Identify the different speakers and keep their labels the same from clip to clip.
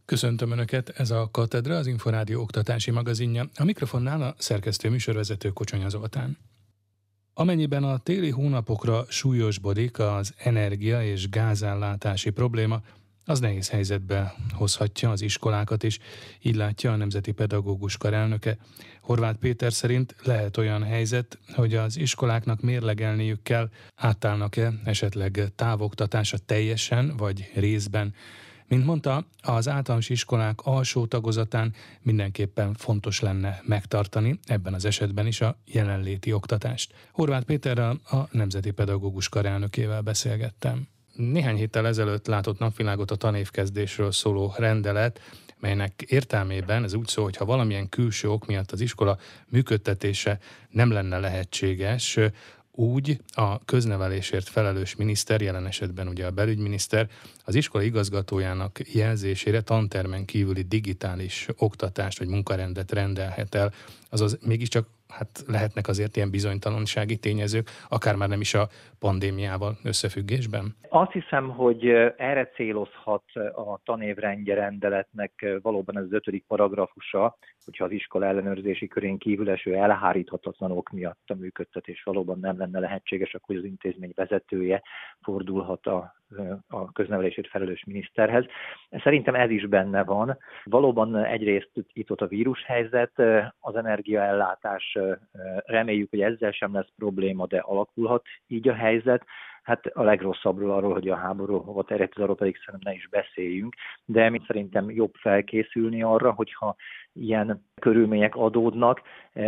Speaker 1: Köszöntöm Önöket, ez a Katedra, az Inforádió oktatási magazinja. A mikrofonnál a szerkesztő műsorvezető Kocsonya Zoltán. Amennyiben a téli hónapokra súlyosbodik az energia- és gázellátási probléma, az nehéz helyzetbe hozhatja az iskolákat is, így látja a Nemzeti Pedagógus Kar elnöke. Horváth Péter szerint lehet olyan helyzet, hogy az iskoláknak mérlegelniük kell, átállnak-e esetleg távoktatásra teljesen vagy részben. Mint mondta, az általános iskolák alsó tagozatán mindenképpen fontos lenne megtartani, ebben az esetben is a jelenléti oktatást. Horváth Péterrel, a Nemzeti Pedagógus Kar elnökével beszélgettem. Néhány héttel ezelőtt látott napvilágot a tanévkezdésről szóló rendelet, melynek értelmében ez úgy szól, hogy ha valamilyen külső ok miatt az iskola működtetése nem lenne lehetséges, úgy a köznevelésért felelős miniszter, jelen esetben ugye a belügyminiszter, az iskola igazgatójának jelzésére tantermen kívüli digitális oktatást vagy munkarendet rendelhet el. Azaz mégiscsak lehetnek azért ilyen bizonytalansági tényezők, akár már nem is a pandémiával összefüggésben?
Speaker 2: Azt hiszem, hogy erre célozhat a tanévrendje rendeletnek valóban ez az 5. paragrafusa, hogyha az iskola ellenőrzési körén kívül eső elháríthatatlan ok miatt a működtetés valóban nem lenne lehetséges, akkor az intézmény vezetője fordulhat a köznevelésért felelős miniszterhez. Szerintem ez is benne van. Valóban egyrészt itt ott a vírushelyzet, az energiaellátás, reméljük, hogy ezzel sem lesz probléma, de alakulhat így a helyzet. Hát a legrosszabbról arról, hogy a háború hova terjedt, arról pedig szerintem ne is beszéljünk, de mi szerintem jobb felkészülni arra, hogyha ilyen körülmények adódnak,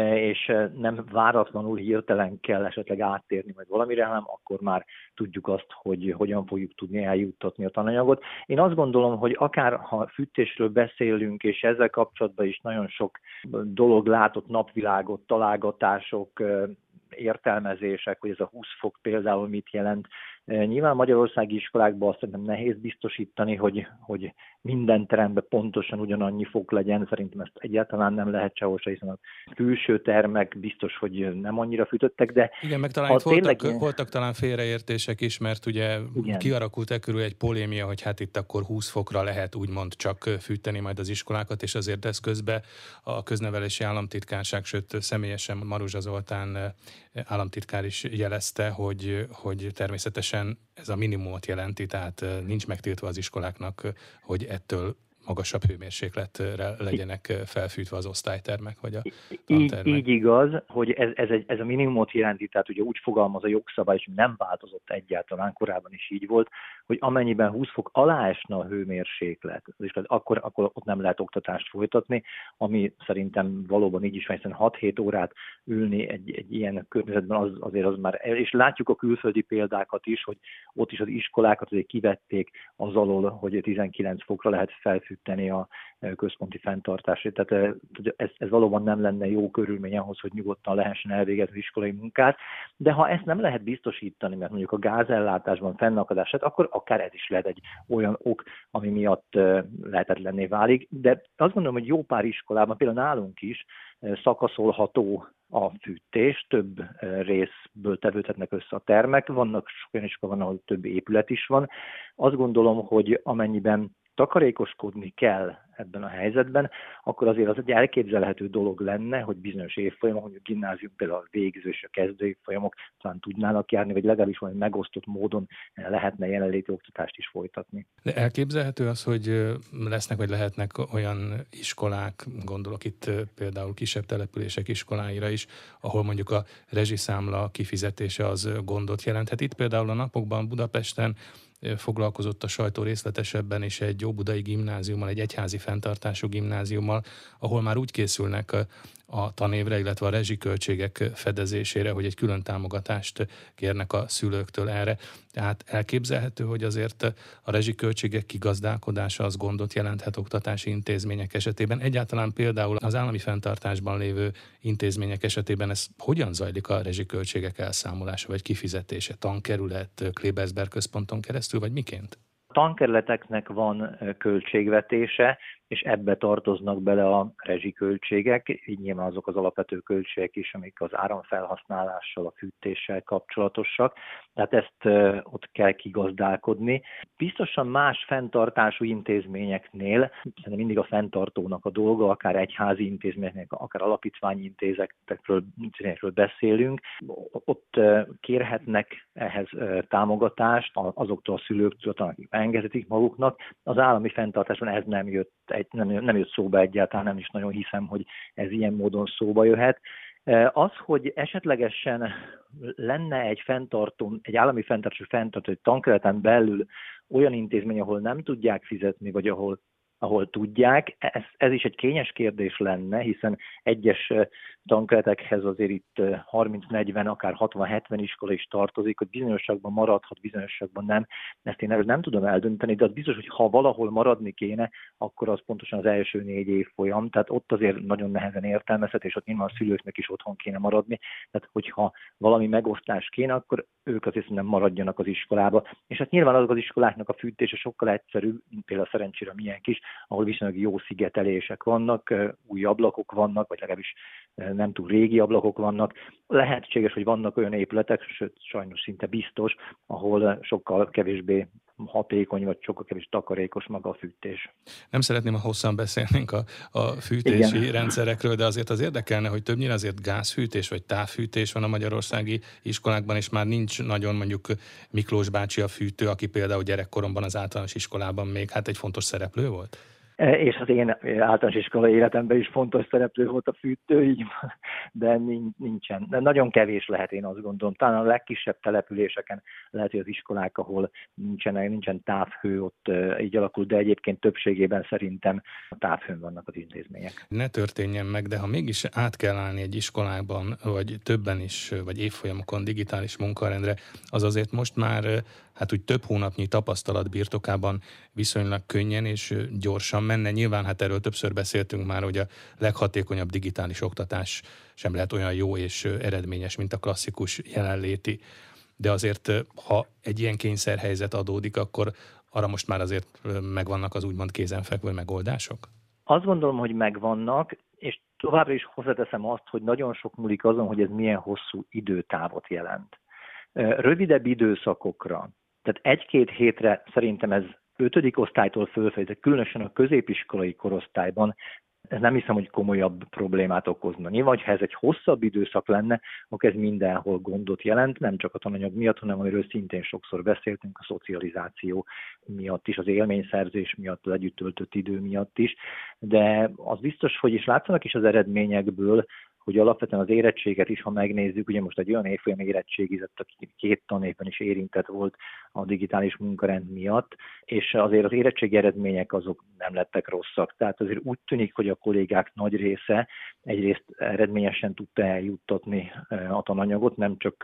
Speaker 2: és nem váratlanul hirtelen kell esetleg áttérni majd valamire, hanem akkor már tudjuk azt, hogy hogyan fogjuk tudni eljuttatni a tananyagot. Én azt gondolom, hogy akár ha fűtésről beszélünk, és ezzel kapcsolatban is nagyon sok dolog látott napvilágot, találgatások, értelmezések, hogy ez a 20 fok például mit jelent. Nyilván magyarországi iskolákban azt szerintem nehéz biztosítani, hogy minden teremben pontosan ugyanannyi fok legyen. Szerintem ezt egyáltalán nem lehet sehol se, hiszen a külső termek biztos, hogy nem annyira fűtöttek, de...
Speaker 1: Igen, meg talán voltak talán félreértések is, mert ugye kialakult körül egy polémia, hogy hát itt akkor 20 fokra lehet úgymond csak fűteni majd az iskolákat, és azért ez közben a köznevelési államtitkárság, sőt személyesen Maruzsa Zoltán államtitkár is jelezte, hogy természetesen ez a minimumot jelenti, tehát nincs megtiltva az iskoláknak, hogy ettől magasabb hőmérsékletre legyenek felfűtve az osztálytermek, vagy a tantermek.
Speaker 2: Így igaz, hogy ez a minimumot jelenti, tehát ugye úgy fogalmaz a jogszabály, és nem változott egyáltalán, korábban is így volt, hogy amennyiben 20 fok alá esne a hőmérséklet, akkor ott nem lehet oktatást folytatni, ami szerintem valóban így is van, hiszen 6-7 órát ülni egy ilyen környezetben azért az már, és látjuk a külföldi példákat is, hogy ott is az iskolákat azért kivették az alól, hogy 19 fokra lehet felfűteni a központi fenntartását. Tehát ez valóban nem lenne jó körülmény ahhoz, hogy nyugodtan lehessen elvégezni iskolai munkát, de ha ezt nem lehet biztosítani, mert mondjuk a gázellátásban fennakadását, akkor akár ez is lehet egy olyan ok, ami miatt lehetetlenné válik. De azt gondolom, hogy jó pár iskolában, például nálunk is szakaszolható a fűtés, több részből tevődhetnek össze a termek, vannak olyan iskola van, ahol több épület is van. Azt gondolom, hogy amennyiben takarékoskodni kell ebben a helyzetben, akkor azért az egy elképzelhető dolog lenne, hogy bizonyos évfolyamok, mondjuk gimnázium például a végző és a kezdő évfolyamok talán tudnának járni, vagy legalábbis valami megosztott módon lehetne jelenléti oktatást is folytatni.
Speaker 1: De elképzelhető az, hogy lesznek vagy lehetnek olyan iskolák, gondolok itt például kisebb települések iskoláira is, ahol mondjuk a rezsiszámla kifizetése az gondot jelenthet. Itt például a napokban Budapesten foglalkozott a sajtó részletesebben is egy óbudai gimnáziummal, egy egyházi fenntartású gimnáziummal, ahol már úgy készülnek a tanévre, illetve a rezsiköltségek fedezésére, hogy egy külön támogatást kérnek a szülőktől erre. Tehát elképzelhető, hogy azért a rezsiköltségek kigazdálkodása az gondot jelenthet oktatási intézmények esetében. Egyáltalán például az állami fenntartásban lévő intézmények esetében ez hogyan zajlik a rezsiköltségek elszámolása vagy kifizetése? Tankerület, Klebersberg központon keresztül, vagy miként?
Speaker 2: A tankerületeknek van költségvetése, és ebbe tartoznak bele a rezsiköltségek, így nyilván azok az alapvető költségek is, amik az áramfelhasználással, a fűtéssel kapcsolatosak, tehát ezt ott kell kigazdálkodni. Biztosan más fenntartású intézményeknél, szerintem mindig a fenntartónak a dolga, akár egyházi intézményeknek, akár alapítványi intézetekről beszélünk, ott kérhetnek ehhez támogatást azoktól a szülőktől, akik engedhetik maguknak. Az állami fenntartáson ez nem jött szóba egyáltalán, nem is nagyon hiszem, hogy ez ilyen módon szóba jöhet. Az, hogy esetlegesen lenne egy állami fenntartó, egy tankereten belül olyan intézmény, ahol nem tudják fizetni, vagy ahol tudják, ez is egy kényes kérdés lenne, hiszen egyes tankeretekhez azért itt 30-40, akár 60-70 iskola is tartozik, hogy bizonyosságban maradhat, bizonyosságban nem. Ezt én nem tudom eldönteni, de az biztos, hogy ha valahol maradni kéne, akkor az pontosan az első 4 évfolyam, tehát ott azért nagyon nehezen értelmezhető, és ott nyilván a szülőknek is otthon kéne maradni. Tehát hogyha valami megosztás kéne, akkor ők azért nem maradjanak az iskolába. És hát nyilván azok az iskoláknak a fűtése sokkal egyszerűbb, például szerencsére milyen kis, ahol viszonylag jó szigetelések vannak, új ablakok vannak, vagy legalábbis nem túl régi ablakok vannak. Lehetséges, hogy vannak olyan épületek, sőt sajnos szinte biztos, ahol sokkal kevésbé hatékony, vagy sokkal kevés takarékos maga a fűtés.
Speaker 1: Nem szeretném, ha hosszan beszélnénk a fűtési rendszerekről, de azért az érdekelne, hogy többnyire azért gázfűtés vagy távfűtés van a magyarországi iskolákban, és már nincs nagyon mondjuk Miklós bácsi a fűtő, aki például gyerekkoromban az általános iskolában még egy fontos szereplő volt?
Speaker 2: És az én általános iskolai életemben is fontos szereplő volt a fűtő, így, de nincsen. De nagyon kevés lehet, én azt gondolom. Talán a legkisebb településeken lehet, hogy az iskolák, ahol nincsen távhő, ott így alakul, de egyébként többségében szerintem a távhőn vannak az intézmények.
Speaker 1: Ne történjen meg, de ha mégis át kell állni egy iskolában, vagy többen is, vagy évfolyamokon digitális munkarendre, az azért most már úgy több hónapnyi tapasztalat birtokában viszonylag könnyen és gyorsan menne. Nyilván erről többször beszéltünk már, hogy a leghatékonyabb digitális oktatás sem lehet olyan jó és eredményes, mint a klasszikus jelenléti. De azért, ha egy ilyen kényszerhelyzet adódik, akkor arra most már azért megvannak az úgymond kézenfekvő megoldások?
Speaker 2: Azt gondolom, hogy megvannak, és továbbra is hozzáteszem azt, hogy nagyon sok múlik azon, hogy ez milyen hosszú időtávot jelent. Rövidebb időszakokra, tehát 1-2 hétre szerintem ez 5. osztálytól fölfelé, de különösen a középiskolai korosztályban ez nem hiszem, hogy komolyabb problémát okozna. Nyilván, ha ez egy hosszabb időszak lenne, akkor ez mindenhol gondot jelent, nem csak a tananyag miatt, hanem amiről szintén sokszor beszéltünk, a szocializáció miatt is, az élményszerzés miatt, az együtt töltött idő miatt is. De az biztos, hogy is látszanak is az eredményekből, hogy alapvetően az érettséget is, ha megnézzük, ugye most egy olyan évfolyam érettségizett, aki 2 tanévben is érintett volt a digitális munkarend miatt, és azért az érettségi eredmények azok nem lettek rosszak. Tehát azért úgy tűnik, hogy a kollégák nagy része egyrészt eredményesen tudta eljuttatni a tananyagot, nem csak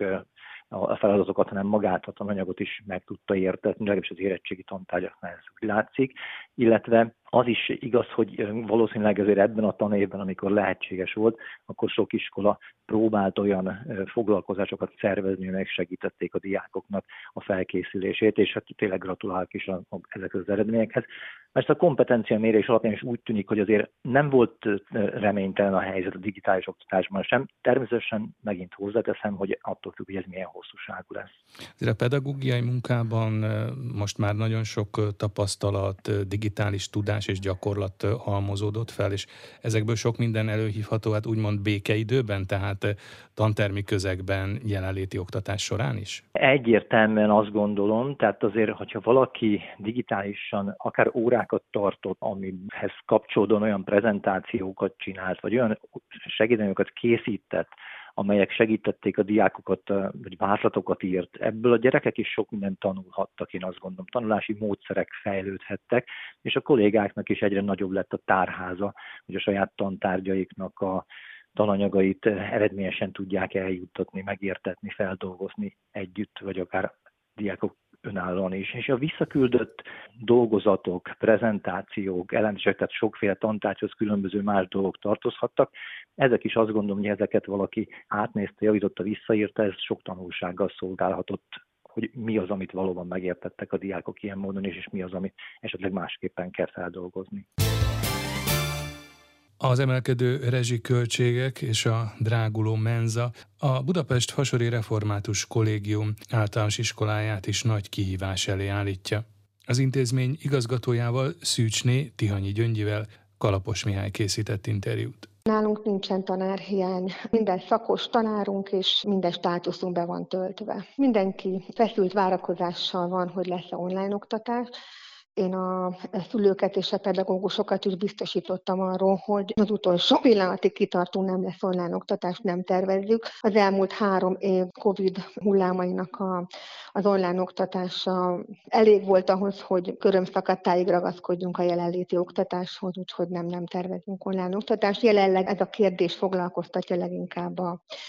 Speaker 2: a feladatokat, hanem magát a tananyagot is meg tudta értetni, legalábbis az érettségi tantárgyaknál ez úgy látszik, illetve az is igaz, hogy valószínűleg azért ebben a tanévben, amikor lehetséges volt, akkor sok iskola próbált olyan foglalkozásokat szervezni, amelyek segítették a diákoknak a felkészülését, és tényleg gratulálok is ezekhez az eredményekhez. Mert a kompetencia mérés alapján is úgy tűnik, hogy azért nem volt reménytelen a helyzet a digitális oktatásban sem. Természetesen megint hozzáteszem, hogy attól függ, hogy ez milyen hosszúságú lesz.
Speaker 1: A pedagógiai munkában most már nagyon sok tapasztalat, digitális tudás és gyakorlat halmozódott fel, és ezekből sok minden előhívható, úgymond békeidőben, tehát tantermi közegben, jelenléti oktatás során is?
Speaker 2: Egyértelműen azt gondolom, tehát azért, hogyha valaki digitálisan akár órákat tartott, amihez kapcsolódóan olyan prezentációkat csinált, vagy olyan segítőket készített, amelyek segítették a diákokat, vagy vázlatokat írt. Ebből a gyerekek is sok mindent tanulhattak, én azt gondolom. Tanulási módszerek fejlődhettek, és a kollégáknak is egyre nagyobb lett a tárháza, hogy a saját tantárgyaiknak a tananyagait eredményesen tudják eljuttatni, megértetni, feldolgozni együtt, vagy akár diákok önállóan is. És a visszaküldött dolgozatok, prezentációk, elemzések, tehát sokféle tantárgyhoz különböző más dolgok tartozhattak. Ezek is azt gondolom, hogy ezeket valaki átnézte, javította, visszaírta, ez sok tanulsággal szolgálhatott, hogy mi az, amit valóban megértettek a diákok ilyen módon is, és mi az, amit esetleg másképpen kell feldolgozni.
Speaker 1: Az emelkedő rezsiköltségek és a dráguló menza a Budapest Fasori Református Kollégium általános iskoláját is nagy kihívás elé állítja. Az intézmény igazgatójával, Szűcsné Tihanyi Gyöngyivel Kalapos Mihály készített interjút.
Speaker 3: Nálunk nincsen tanárhiány, minden szakos tanárunk és minden státuszunk be van töltve. Mindenki feszült várakozással van, hogy lesz-e online oktatás. Én a szülőket és a pedagógusokat is biztosítottam arról, hogy az utolsó pillanatig kitartó nem lesz online oktatás, nem tervezzük. Az elmúlt 3 év Covid hullámainak az online oktatása elég volt ahhoz, hogy körömszakadtáig ragaszkodjunk a jelenléti oktatáshoz, úgyhogy nem tervezünk online oktatást. Jelenleg ez a kérdés foglalkoztatja leginkább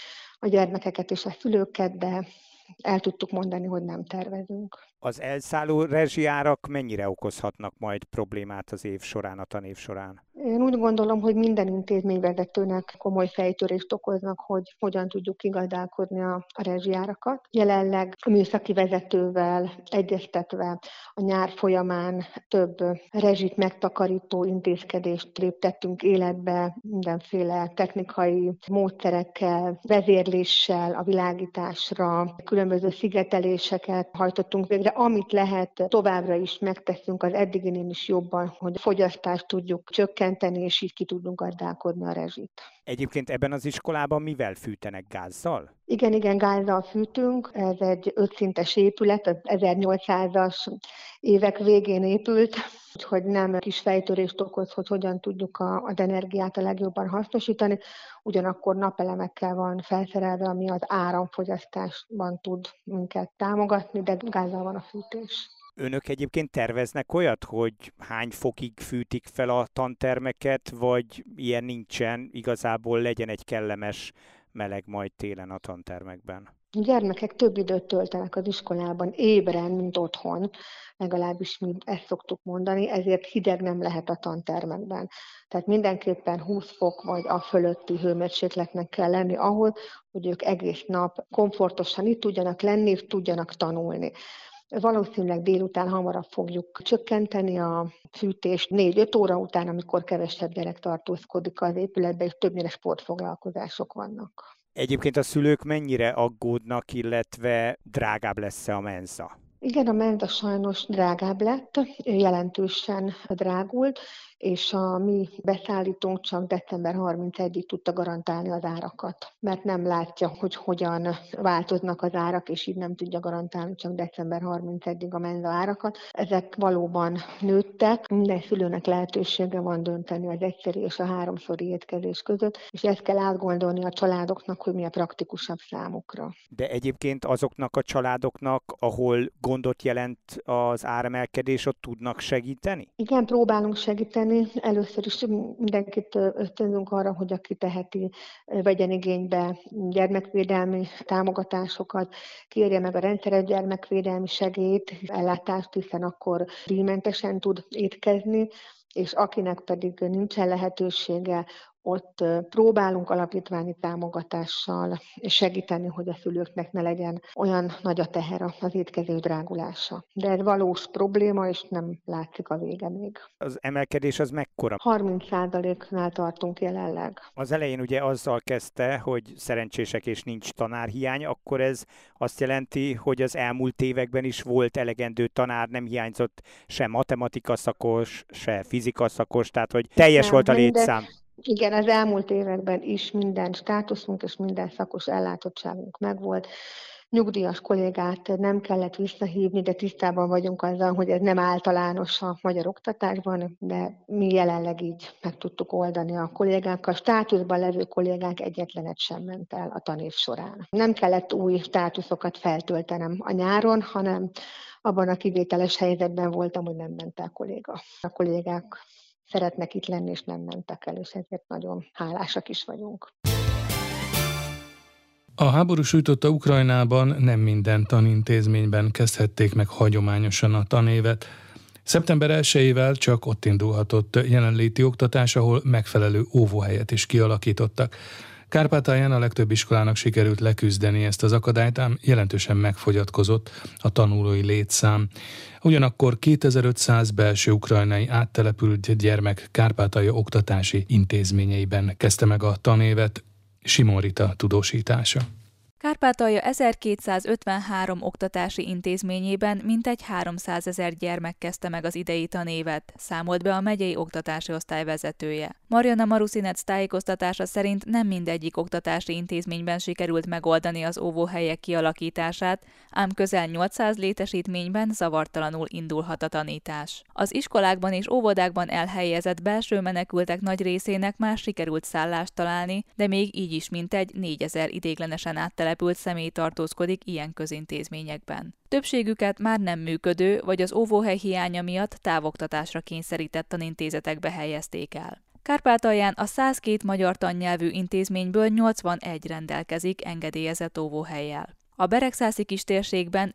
Speaker 3: a gyermekeket és a szülőket, de el tudtuk mondani, hogy nem tervezünk.
Speaker 4: Az elszálló rezsiárak mennyire okozhatnak majd problémát az év során, a tanév során?
Speaker 3: Én úgy gondolom, hogy minden intézményvezetőnek komoly fejtörést okoznak, hogy hogyan tudjuk kigazdálkodni a rezsijárakat. Jelenleg a műszaki vezetővel egyeztetve a nyár folyamán több rezsit megtakarító intézkedést léptettünk életbe, mindenféle technikai módszerekkel, vezérléssel a világításra, különböző szigeteléseket hajtottunk végre. Amit lehet, továbbra is megteszünk az eddiginél is jobban, hogy a fogyasztást tudjuk csökkenteni, és így ki tudunk gazdálkodni a rezsit.
Speaker 4: Egyébként ebben az iskolában mivel fűtenek, gázzal?
Speaker 3: Igen, gázzal fűtünk. Ez egy 5 szintes épület, az 1800-as évek végén épült, úgyhogy nem kis fejtörést okoz, hogy hogyan tudjuk az energiát a legjobban hasznosítani. Ugyanakkor napelemekkel van felszerelve, ami az áramfogyasztásban tud minket támogatni, de gázzal van a fűtés.
Speaker 4: Önök egyébként terveznek olyat, hogy hány fokig fűtik fel a tantermeket, vagy ilyen nincsen, igazából legyen egy kellemes meleg majd télen a tantermekben?
Speaker 3: A gyermekek több időt töltenek az iskolában ébren, mint otthon, legalábbis mi ezt szoktuk mondani, ezért hideg nem lehet a tantermekben. Tehát mindenképpen 20 fok vagy a fölötti hőmérsékletnek kell lenni ahhoz, hogy ők egész nap komfortosan itt tudjanak lenni, és tudjanak tanulni. Valószínűleg délután hamarabb fogjuk csökkenteni a fűtést 4-5 óra után, amikor kevesebb gyerek tartózkodik az épületben, és többnyire sportfoglalkozások vannak.
Speaker 4: Egyébként a szülők mennyire aggódnak, illetve drágább lesz-e a menza?
Speaker 3: Igen, a menza sajnos drágább lett, jelentősen drágult, és a mi beszállítónk csak december 31-ig tudta garantálni az árakat, mert nem látja, hogy hogyan változnak az árak, és így nem tudja garantálni csak december 31-ig a menza árakat. Ezek valóban nőttek, minden szülőnek lehetősége van dönteni az egyszeri és a 3-szori étkezés között, és ezt kell átgondolni a családoknak, hogy mi a praktikusabb számukra.
Speaker 4: De egyébként azoknak a családoknak, ahol gondot jelent az áremelkedés, ott tudnak segíteni?
Speaker 3: Igen, próbálunk segíteni. Először is mindenkit ösztönzünk arra, hogy aki teheti, vegyen igénybe gyermekvédelmi támogatásokat, kérje meg a rendszeres gyermekvédelmi segélyt, ellátást, hiszen akkor díjmentesen tud étkezni, és akinek pedig nincsen lehetősége, ott próbálunk alapítványi támogatással segíteni, hogy a szülőknek ne legyen olyan nagy a teher az étkezés drágulása. De ez valós probléma, és nem látszik a vége még.
Speaker 4: Az emelkedés az mekkora?
Speaker 3: 30%-nál tartunk jelenleg.
Speaker 4: Az elején ugye azzal kezdte, hogy szerencsések és nincs tanárhiány, akkor ez azt jelenti, hogy az elmúlt években is volt elegendő tanár, nem hiányzott se matematika szakos, se fizika szakos, tehát hogy teljes volt a létszám.
Speaker 3: Igen, az elmúlt években is minden státuszunk és minden szakos ellátottságunk megvolt. Nyugdíjas kollégát nem kellett visszahívni, de tisztában vagyunk azzal, hogy ez nem általános a magyar oktatásban, de mi jelenleg így meg tudtuk oldani a kollégákkal. Státuszban levő kollégák egyetlenet sem ment el a tanév során. Nem kellett új státuszokat feltöltenem a nyáron, hanem abban a kivételes helyzetben voltam, hogy nem ment el kolléga. A kollégák szeretnek itt lenni, és nem mentek el, és ezért nagyon hálásak is vagyunk.
Speaker 1: A háború sújtotta Ukrajnában nem minden tanintézményben kezdhették meg hagyományosan a tanévet. Szeptember 1-ével csak ott indulhatott jelenléti oktatás, ahol megfelelő óvóhelyet is kialakítottak. Kárpátalján a legtöbb iskolának sikerült leküzdeni ezt az akadályt, ám jelentősen megfogyatkozott a tanulói létszám. Ugyanakkor 2500 belső ukrajnai áttelepült gyermek Kárpátalja oktatási intézményeiben kezdte meg a tanévet. Simon Rita tudósítása.
Speaker 5: Kárpátalja 1253 oktatási intézményében mintegy 300 000 gyermek kezdte meg az idei tanévet, számolt be a megyei oktatási osztály vezetője. Mariana Marusinec tájékoztatása szerint nem mindegyik oktatási intézményben sikerült megoldani az óvóhelyek kialakítását, ám közel 800 létesítményben zavartalanul indulhat a tanítás. Az iskolákban és óvodákban elhelyezett belső menekültek nagy részének már sikerült szállást találni, de még így is mintegy 4000 idéglenesen áttelepült személy tartózkodik ilyen közintézményekben. Többségüket már nem működő, vagy az óvóhely hiánya miatt távoktatásra kényszerített tanintézetekbe helyezték el. Kárpátalján a 102 magyar tannyelvű intézményből 81 rendelkezik engedélyezett óvóhellyel. A beregszászi kistérségben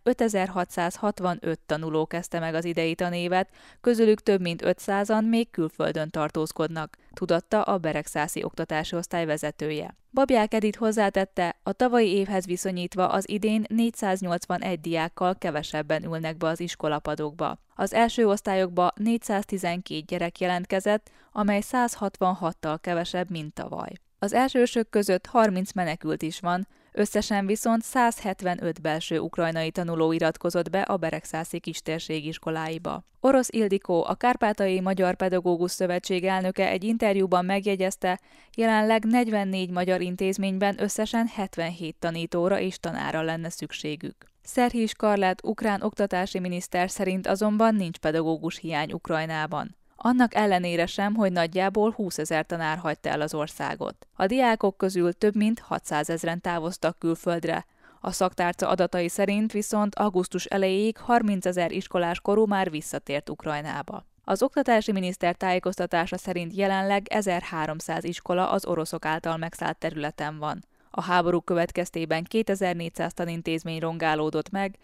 Speaker 5: 5665 tanuló kezdte meg az idei tanévet, közülük több mint 500-an még külföldön tartózkodnak, tudatta a beregszászi oktatási osztály vezetője. Babják Edith hozzátette, a tavalyi évhez viszonyítva az idén 481 diákkal kevesebben ülnek be az iskolapadokba. Az első osztályokba 412 gyerek jelentkezett, amely 166-tal kevesebb, mint tavaly. Az elsősök között 30 menekült is van, összesen viszont 175 belső ukrajnai tanuló iratkozott be a beregszászi kistérség iskoláiba. Orosz Ildikó, a Kárpátaljai Magyar Pedagógus Szövetség elnöke egy interjúban megjegyezte, jelenleg 44 magyar intézményben összesen 77 tanítóra és tanára lenne szükségük. Szerhij Skarlát ukrán oktatási miniszter szerint azonban nincs pedagógus hiány Ukrajnában. Annak ellenére sem, hogy nagyjából 20 000 tanár hagyta el az országot. A diákok közül több mint 600 000-en távoztak külföldre. A szaktárca adatai szerint viszont augusztus elejéig 30 000 iskolás korú már visszatért Ukrajnába. Az oktatási miniszter tájékoztatása szerint jelenleg 1300 iskola az oroszok által megszállt területen van. A háború következtében 2400 tanintézmény rongálódott meg,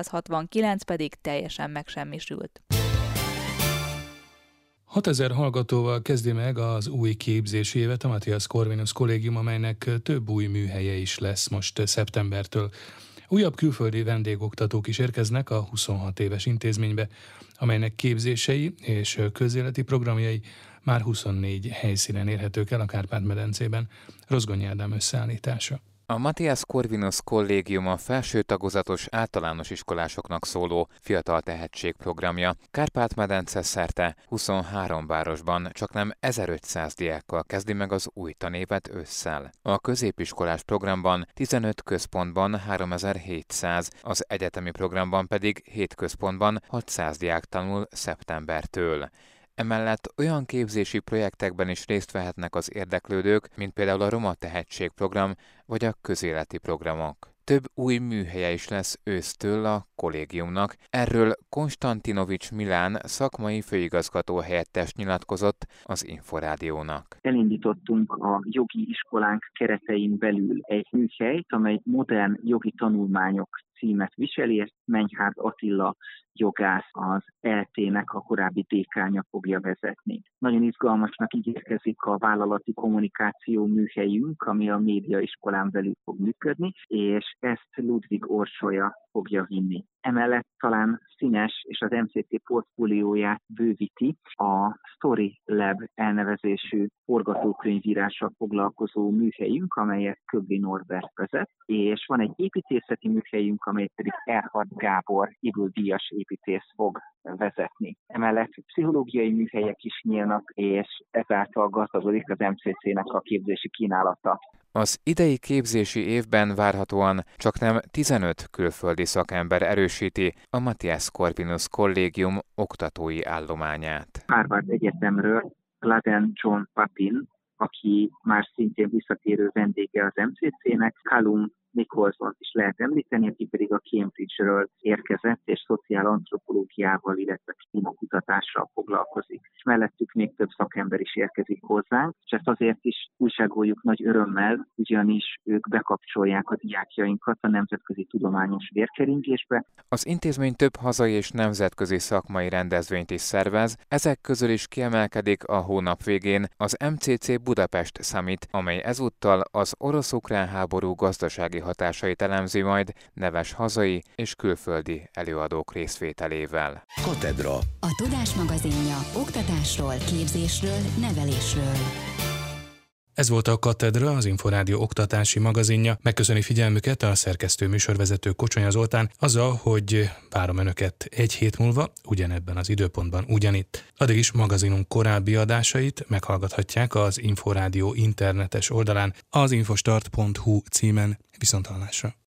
Speaker 5: 269 pedig teljesen megsemmisült.
Speaker 1: 6000 hallgatóval kezdi meg az új képzési évet a Matthias Corvinus Kollégium, amelynek több új műhelye is lesz most szeptembertől. Újabb külföldi vendégoktatók is érkeznek a 26 éves intézménybe, amelynek képzései és közéleti programjai már 24 helyszínen érhetők el a Kárpát-medencében. Rozgonyi Ádám összeállítása.
Speaker 6: A Matthias Corvinus Kollégium a felső tagozatos általános iskolásoknak szóló fiatal tehetség programja. Kárpát-medence szerte 23 városban csaknem 1500 diákkal kezdi meg az új tanévet ősszel. A középiskolás programban 15 központban 3700, az egyetemi programban pedig 7 központban 600 diák tanul szeptembertől. Emellett olyan képzési projektekben is részt vehetnek az érdeklődők, mint például a Roma Tehetségprogram vagy a közéleti programok. Több új műhelye is lesz ősztől a kollégiumnak. Erről Konstantinovics Milán szakmai főigazgató helyettes nyilatkozott az Inforádiónak.
Speaker 7: Elindítottunk a jogi iskolánk keretein belül egy műhelyt, amely modern jogi tanulmányok címet viseli, ezt Menyhárt Attila jogász, az ELTE-nek a korábbi dékánja fogja vezetni. Nagyon izgalmasnak ígérkezik a vállalati kommunikáció műhelyünk, ami a médiaiskolán belül fog működni, és ezt Ludwig Orsolya fogja vinni. Emellett talán színes és az MCT portfólióját bővíti a Story Lab elnevezésű forgatókönyvírással foglalkozó műhelyünk, amelyet Köbli Norbert vezet, és van egy építészeti műhelyünk, amelyet pedig Erhard Gábor Ivul-díjas építész fog vezetni. Emellett pszichológiai műhelyek is nyílnak, és ezáltal gazdagodik az MCC-nek a képzési kínálata.
Speaker 6: Az idei képzési évben várhatóan csaknem 15 külföldi szakember erősíti a Matthias Corvinus Kollégium oktatói állományát.
Speaker 7: Harvard Egyetemről Gladden John Papin, aki már szintén visszatérő vendége az MCC-nek, Callum Nicholson is lehet említeni, aki pedig a Cambridge-ről érkezett, és szociálantropológiával, illetve klímakutatással foglalkozik. És mellettük még több szakember is érkezik hozzánk, és ezt azért is újságoljuk nagy örömmel, ugyanis ők bekapcsolják a diákjainkat a nemzetközi tudományos vérkeringésbe.
Speaker 6: Az intézmény több hazai és nemzetközi szakmai rendezvényt is szervez, ezek közül is kiemelkedik a hónap végén az MCC Budapest Summit, amely ezúttal az orosz-ukrán háború gazdasági hatásait elemzi majd neves hazai és külföldi előadók részvételével.
Speaker 8: Katedra. A Tudás magazinja oktatásról, képzésről, nevelésről.
Speaker 1: Ez volt a Katedra, az Inforádió oktatási magazinja. Megköszöni figyelmüket a szerkesztő műsorvezető Kocsonya Zoltán azzal, hogy várom Önöket egy hét múlva, ugyanebben az időpontban ugyanitt. Addig is magazinunk korábbi adásait meghallgathatják az Inforádió internetes oldalán, az infostart.hu címen. Viszonthallásra.